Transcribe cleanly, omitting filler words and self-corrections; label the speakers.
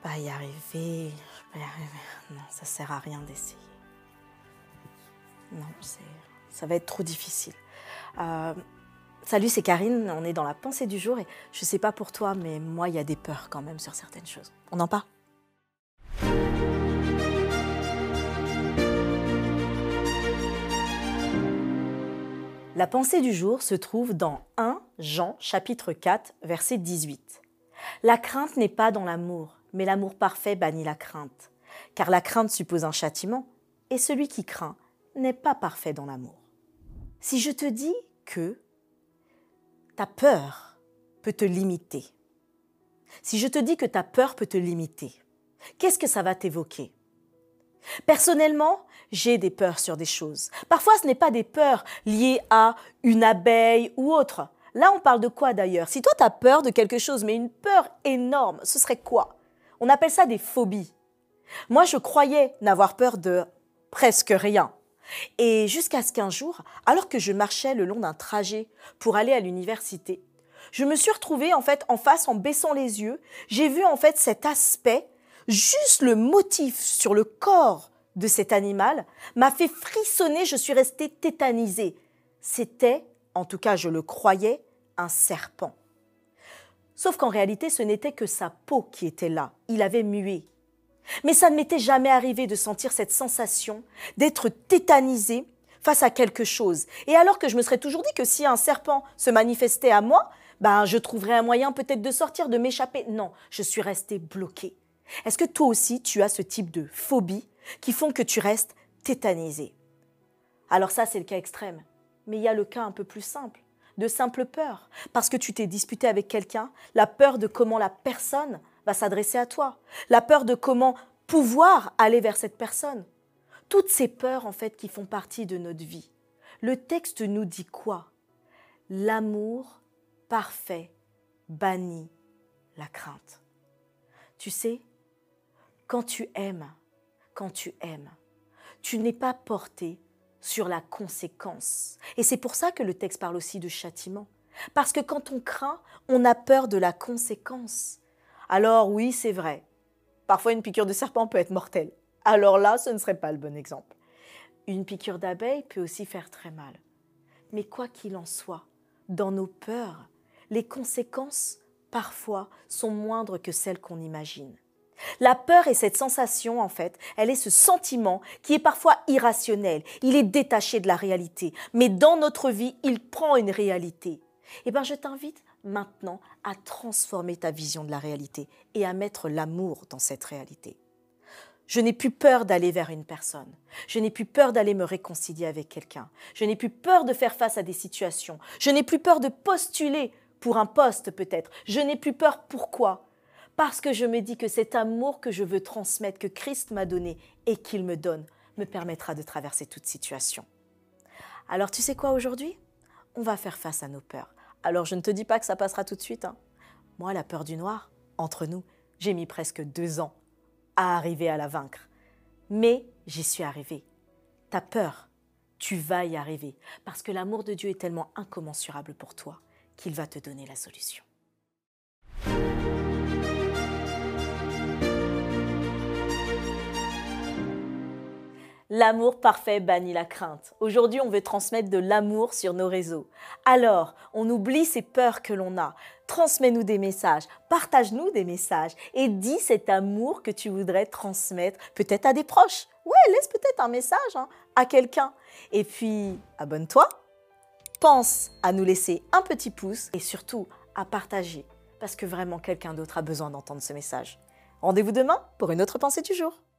Speaker 1: pas y arriver, je vais pas y arriver. Non, ça sert à rien d'essayer. Non, ça va être trop difficile. Salut, c'est Karine, on est dans la pensée du jour et je sais pas pour toi, mais moi, il y a des peurs quand même sur certaines choses. On en parle? La pensée du jour se trouve dans 1 Jean chapitre 4, verset 18. La crainte n'est pas dans l'amour, mais l'amour parfait bannit la crainte. Car la crainte suppose un châtiment, et celui qui craint n'est pas parfait dans l'amour. Si je te dis que ta peur peut te limiter, si je te dis que ta peur peut te limiter, qu'est-ce que ça va t'évoquer? Personnellement, j'ai des peurs sur des choses. Parfois, ce n'est pas des peurs liées à une abeille ou autre. Là, on parle de quoi d'ailleurs? Si toi, tu as peur de quelque chose, mais une peur énorme, ce serait quoi? On appelle ça des phobies. Moi, je croyais n'avoir peur de presque rien. Et jusqu'à ce qu'un jour, alors que je marchais le long d'un trajet pour aller à l'université, je me suis retrouvée en face en baissant les yeux. J'ai vu cet aspect, juste le motif sur le corps de cet animal m'a fait frissonner, je suis restée tétanisée. C'était, en tout cas je le croyais, un serpent. Sauf qu'en réalité, ce n'était que sa peau qui était là. Il avait mué. Mais ça ne m'était jamais arrivé de sentir cette sensation d'être tétanisée face à quelque chose. Et alors que je me serais toujours dit que si un serpent se manifestait à moi, je trouverais un moyen peut-être de sortir, de m'échapper. Non, je suis restée bloquée. Est-ce que toi aussi, tu as ce type de phobie qui font que tu restes tétanisée? Alors ça, c'est le cas extrême. Mais il y a le cas un peu plus simple, de simple peur. Parce que tu t'es disputé avec quelqu'un, la peur de comment la personne va s'adresser à toi, la peur de comment pouvoir aller vers cette personne. Toutes ces peurs, qui font partie de notre vie. Le texte nous dit quoi? L'amour parfait bannit la crainte. Tu sais, quand tu aimes, tu n'es pas porté sur la conséquence. Et c'est pour ça que le texte parle aussi de châtiment. Parce que quand on craint, on a peur de la conséquence. Alors oui, c'est vrai, parfois une piqûre de serpent peut être mortelle. Alors là, ce ne serait pas le bon exemple. Une piqûre d'abeille peut aussi faire très mal. Mais quoi qu'il en soit, dans nos peurs, les conséquences, parfois, sont moindres que celles qu'on imagine. La peur est cette sensation, elle est ce sentiment qui est parfois irrationnel. Il est détaché de la réalité. Mais dans notre vie, il prend une réalité. Je t'invite maintenant à transformer ta vision de la réalité et à mettre l'amour dans cette réalité. Je n'ai plus peur d'aller vers une personne. Je n'ai plus peur d'aller me réconcilier avec quelqu'un. Je n'ai plus peur de faire face à des situations. Je n'ai plus peur de postuler pour un poste peut-être. Je n'ai plus peur. Pourquoi? Parce que je me dis que cet amour que je veux transmettre, que Christ m'a donné et qu'il me donne, me permettra de traverser toute situation. Alors tu sais quoi aujourd'hui? On va faire face à nos peurs. Alors je ne te dis pas que ça passera tout de suite. Moi, la peur du noir, entre nous, j'ai mis presque 2 ans à arriver à la vaincre. Mais j'y suis arrivée. Ta peur, tu vas y arriver. Parce que l'amour de Dieu est tellement incommensurable pour toi qu'il va te donner la solution. L'amour parfait bannit la crainte. Aujourd'hui, on veut transmettre de l'amour sur nos réseaux. Alors, on oublie ces peurs que l'on a. Transmets-nous des messages, partage-nous des messages et dis cet amour que tu voudrais transmettre peut-être à des proches. Ouais, laisse peut-être un message à quelqu'un. Et puis, abonne-toi, pense à nous laisser un petit pouce et surtout à partager parce que vraiment quelqu'un d'autre a besoin d'entendre ce message. Rendez-vous demain pour une autre pensée du jour.